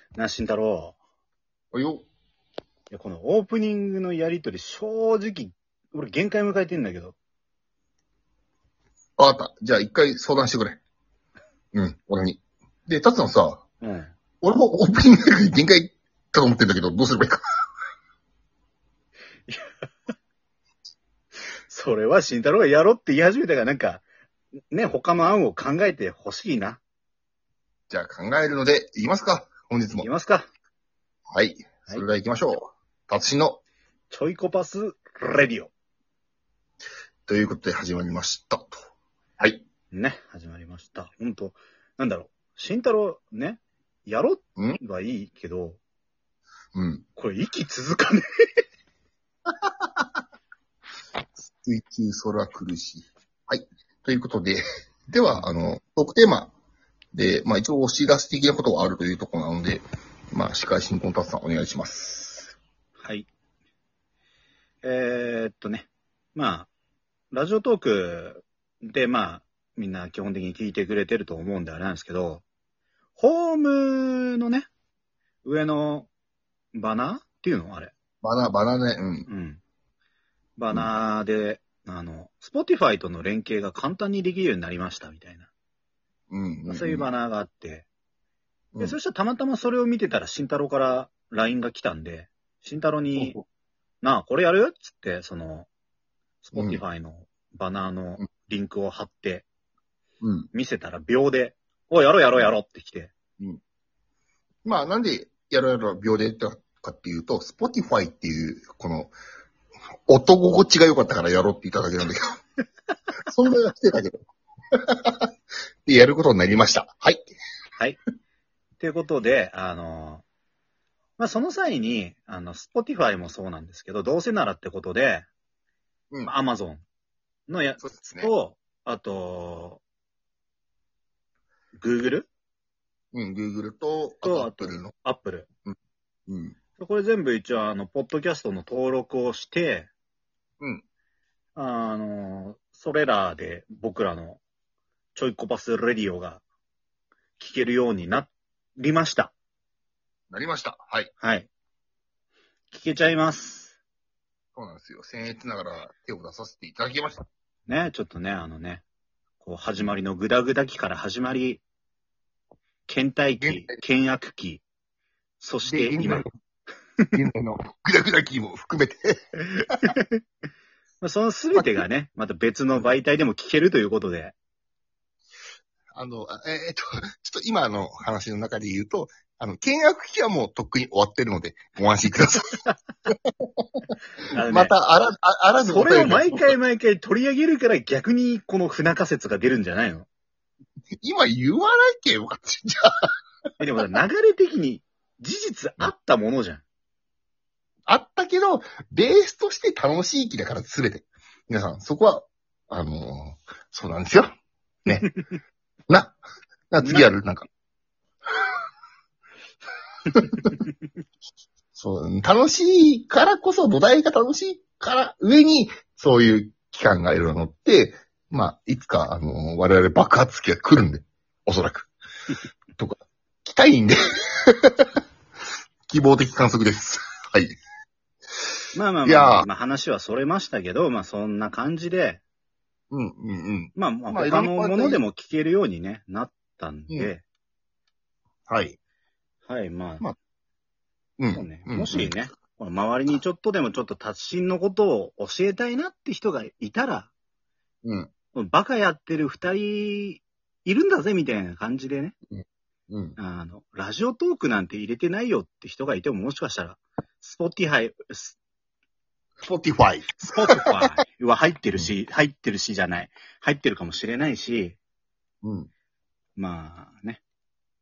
慎太郎。 およ。 いや、このオープニングのやりとり、正直、俺限界迎えてんだけど。 わかった。じゃあ一回相談してくれ。うん、俺に。で、たつのさ、 うん。 俺もオープニングで限界かと思ってんだけど、どうすればいいか。 それは慎太郎がやろうって言い始めたから、なんか、ね、他の案を考えてほしいな。 じゃあ考えるので、いきますか。本日もいき。ますか。 はい。それでは行きましょう。たつしの、 ちょいコパス、レディオ。 ということで始まりました。と。はい。 ね、始まりました。ほんと、なんだろう。慎太郎、ね、やろうんうはいいけど、 うん。 これ息続かね水中空苦しい。はい。ということで、では、トークテーマで、まあ一応お知らせ的なことがあるというところなので、まあ司会進行たつさんお願いします。 はい。まあ、ラジオトークで、まあ、みんな基本的に聞いてくれてると思うんであれなんですけど、ホームのね、上のバナーっていうのあれ。 バナね、うん。 うん。バナーで、Spotify との連携が簡単にできるようになりましたみたいな。 うん。 そういうバナーがあって、で、 うんそしたらたまたまそれを見てたら慎太郎から LINE が来たんで、慎太郎に、なあ、これやるっつって、Spotify のバナーのリンクを貼って、見せたら秒で、おい、やろうやろうやろうって来て。 まあ、なんでやろ秒でかっていうと、Spotify っていう、この、音心地が良かったからやろうって言っただけなんだけど。そんなはしてたけど。で、やることになりました。はい。 はい。ということで、まあ、その際に、Spotify もそうなんですけど、どうせならってことで、Amazon のそうですね。 と、あと、Google? Google と、あと、 とあと Apple の。 Apple。 うん。 これ全部一応、ポッドキャストの登録をして、それらで僕らのちょいコパスレディオが聞けるようになりました。 なりました。はい。 はい。聞けちゃいます。 そうなんですよ。僭越ながら手を出させていただきました。 ね、ちょっとね、こう始まりのグダグダ期から始まり、倦怠期、険悪期、そして今。 現在のグダグダキーも含めて。 そのすべてがね、また別の媒体でも聞けるということで。 ちょっと今の話の中で言うと、契約期はもうとっくに終わってるので、ご安心ください。 ね、 また、あらぬそれを毎回取り上げるから逆にこの不仲説が出るんじゃないの？ 今言わないけよかったじゃん。 でも流れ的に事実あったものじゃん。 あったけど、ベースとして楽しい気だからすべて。皆さん、そこは、そうなんですよ。ね。次やるなんか。そう、楽しいからこそ、土台が楽しいから上に、そういう期間がいろいろ乗って、まあ、いつか、我々爆発期が来るんで、おそらく。とか、来たいんで。希望的観測です。はい。 まあ、話はそれましたけど、まあそんな感じで、まあ他のものでも聞けるようにね、なったんで、 はい。 はい、まあ、そうね、 もしね、周りにちょっとでもちょっと達人のことを教えたいなって人がいたら、バカやってる二人いるんだぜみたいな感じでね、ラジオトークなんて入れてないよって人がいてももしかしたら、Spotify は入ってるしじゃない。入ってるかもしれないし、まあね。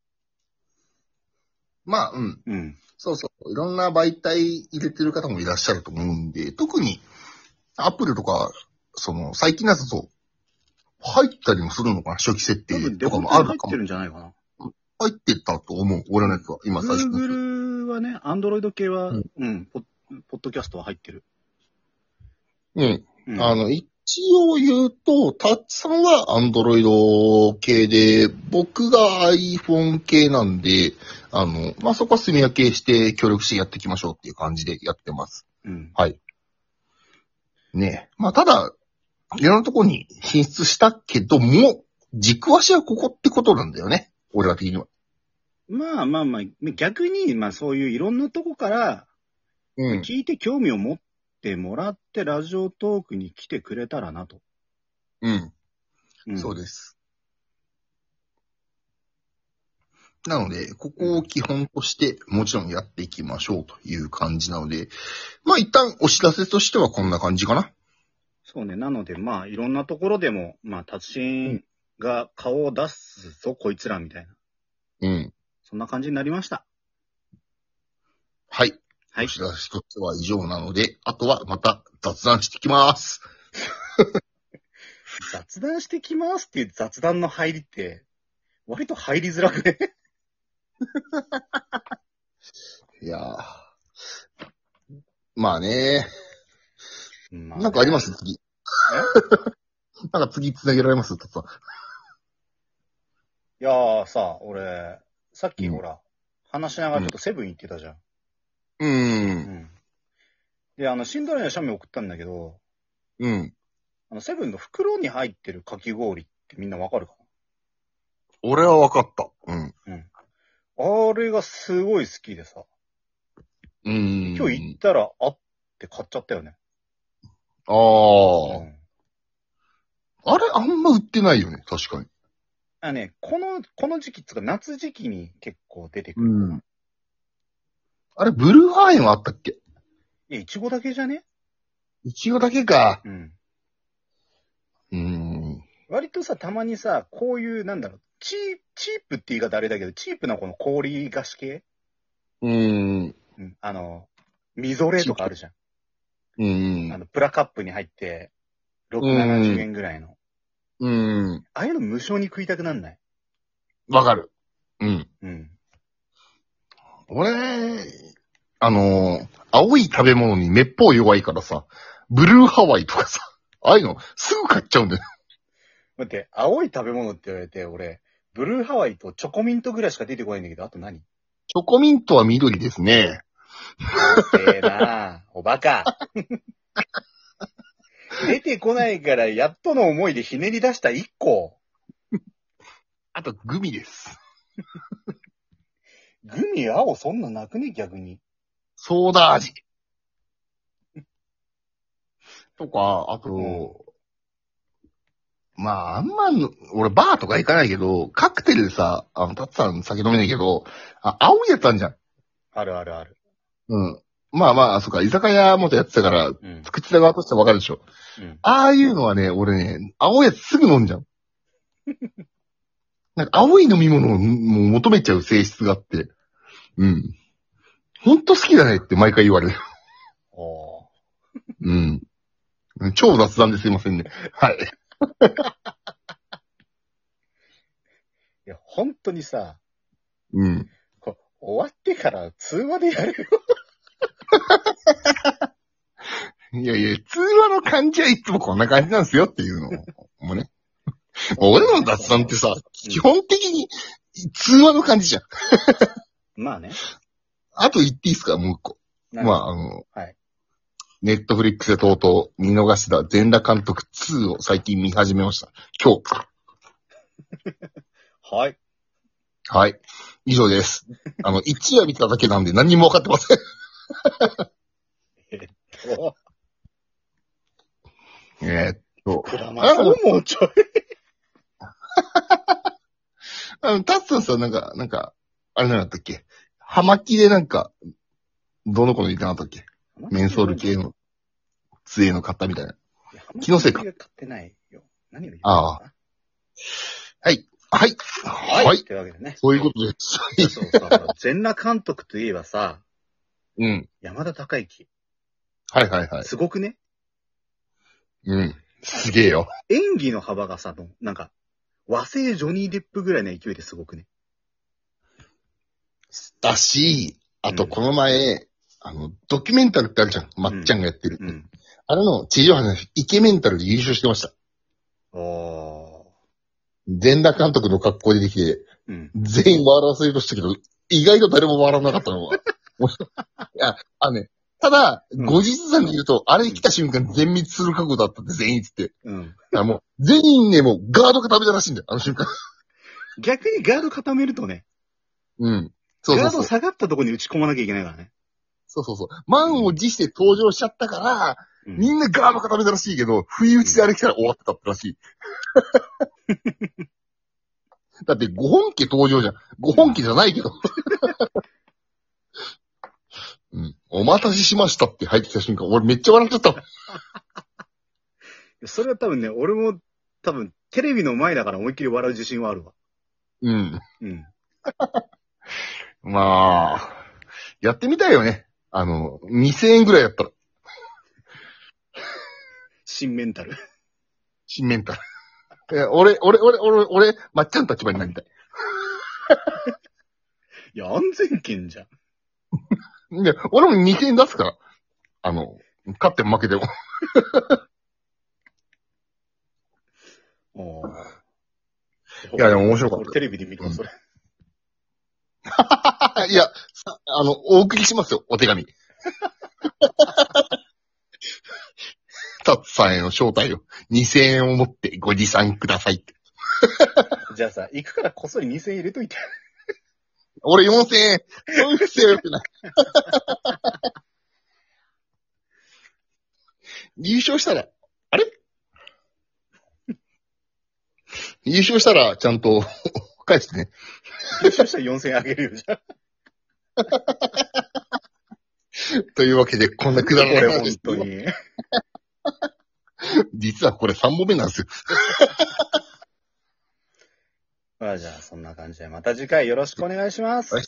まあ、そうそう。いろんな媒体入れてる方もいらっしゃると思うんで、特に、アップルとか、最近だと、入ったりもするのかな、初期設定とかもあるかも。 入ってるんじゃないかな。 入ってたと思う。俺のやつは。今最初。 Google はね、Android 系は、ポッドキャストは入ってる。 一を言うと、タッチさんは Android 系で、僕が iPhone 系なんで、まあ、そこは住み分けして協力してやっていきましょうっていう感じでやってます。 うん。 はい。ねえ。まあ、ただ、いろんなところに進出したけども、軸足はここってことなんだよね。俺ら的には。 まあまあまあ、逆に、まあそういういろんなとこから、聞いて興味を持ってもらって、ラジオトークに来てくれたらなと。 うん。そうです。なので、ここを基本として、もちろんやっていきましょうという感じなので、まあ一旦お知らせとしてはこんな感じかな。 そうね。なので、まあいろんなところでも、まあ達人が顔を出すぞ、こいつらみたいな。 うん。 そんな感じになりました。 はい。 はい。 お知らせとしては以上なので、あとはまた雑談してきます。 雑談してきますっていう雑談の入りって、割と入りづらくね。 いやー。まあねまあね、 なんかあります次。なんか次繋げられますたつさん。 いやーさ、俺、さっきほら、話しながらちょっとセブン行ってたじゃん。うん。で、シンドラリの写メ送ったんだけど、セブンの袋に入ってるかき氷ってみんなわかるかな？ 俺はわかった。 あれがすごい好きでさ。今日行ったら、あって買っちゃったよね。 あれ、あんま売ってないよね、確かに。 この時期つか夏時期に結構出てくる。 あれ、ブルーハーエンはあったっけ？ いや、いちごだけじゃね？ いちごだけか。 割とさ、たまにさ、こういう、なんだろう、チープって言い方あれだけど、チープなこの氷菓子系？みぞれとかあるじゃん。プラカップに入って、6、70円ぐらいの。ああいうの無償に食いたくなんない？ わかる。俺、青い食べ物にめっぽう弱いからさ、ブルーハワイとかさ、ああいうのすぐ買っちゃうんだよ。 待って、青い食べ物って言われて、俺、ブルーハワイとチョコミントぐらいしか出てこないんだけど、あと何？ チョコミントは緑ですね。 ええなぁ、おバカ。出てこないから、やっとの思いでひねり出した1個。 あと、グミです。 グミ青そんななくね、逆に。 ソーダ味。とか、あと、まあ、あんま、俺バーとか行かないけど、カクテルでさ、タッツさん酒飲めないけど、青いやつあんじゃん。 あるあるある。 まあまあ、そっか、居酒屋元やってたから、口田側としてはわかるでしょ。ああいうのはね、俺ね、青いやつすぐ飲んじゃう。なんか青い飲み物をもう求めちゃう性質があって、ほんと好きだねって毎回言われる。超雑談ですいませんね。はい。 いや、本当にさ、終わってから通話でやるよ。 いやいや、通話の感じはいつもこんな感じなんですよっていうのもね。俺の雑談ってさ、基本的に通話の感じじゃん。 まあね。 あと言っていいですか、もう一個。ネットフリックスでとうとう見逃した全裸監督2を最近見始めました。今日。 はい。 はい。以上です。1話見ただけなんで何にも分かってません。 クラマそうもうちょい。 タッツンさ、なんか、あれなんだったっけ？葉巻でなんか、どの子の言ってなかったっけ？メンソール系の杖の買ったみたいな。気のせいか。 買ってないよ。何を言うの？はい。はい。 というわけでね。 そういうことです。 そう全裸監督といえばさ、山田孝之。 はい。 すごくね？ すげえよ。 演技の幅がさ、なんか、和製ジョニー・デップぐらいの勢いですごくね。 だし、あとこの前、ドキュメンタルってあるじゃん。まっちゃんがやってる。 あれの地上波のイケメンタルで優勝してました。全裸監督の格好でできて、うん、全員笑わせようとしたけど、意外と誰も笑わなかったのは。いや、ただ、後日談で言うと、あれ来た瞬間全滅する覚悟だったって全員つって。うん。もう、全員ね、もうガード固めたらしいんだよ、あの瞬間。 逆にガード固めるとね。 うん。 そうそうそう。ガード下がったところに打ち込まなきゃいけないからね。 そうそうそう。満を持して登場しちゃったから、うん、みんなガード固めたらしいけど、不意打ちであれ来たら終わってたってらしい。だって、5本家登場じゃん。5本家じゃないけど。うん。お待たせしましたって入ってきた瞬間、俺めっちゃ笑っちゃった。 それは多分ね、俺も多分テレビの前だから思いっきり笑う自信はあるわ。 うん。うん。まあ、やってみたいよね。2000円ぐらいやったら。 新メンタル。 新メンタル。いや、まっちゃん立場になりたい。 いや、安全圏じゃん。いや、俺も2000円出すから。勝っても負けても。いや、でも面白かった。 テレビで見るそれ。 いや、お送りしますよ、お手紙。タツさんへの招待を2000円を持ってご持参くださいって。 じゃあさ、行くからこっそり2000円入れといて。 俺4000円。そういう癖は良くない。優勝したら、あれ優勝したら、ちゃんと、返してね。 優勝したら4000円あげるよ、じゃあ。 というわけで、こんなくだらない話本当に。 実はこれ3本目なんですよ。 まあじゃあ、そんな感じで、また次回よろしくお願いします。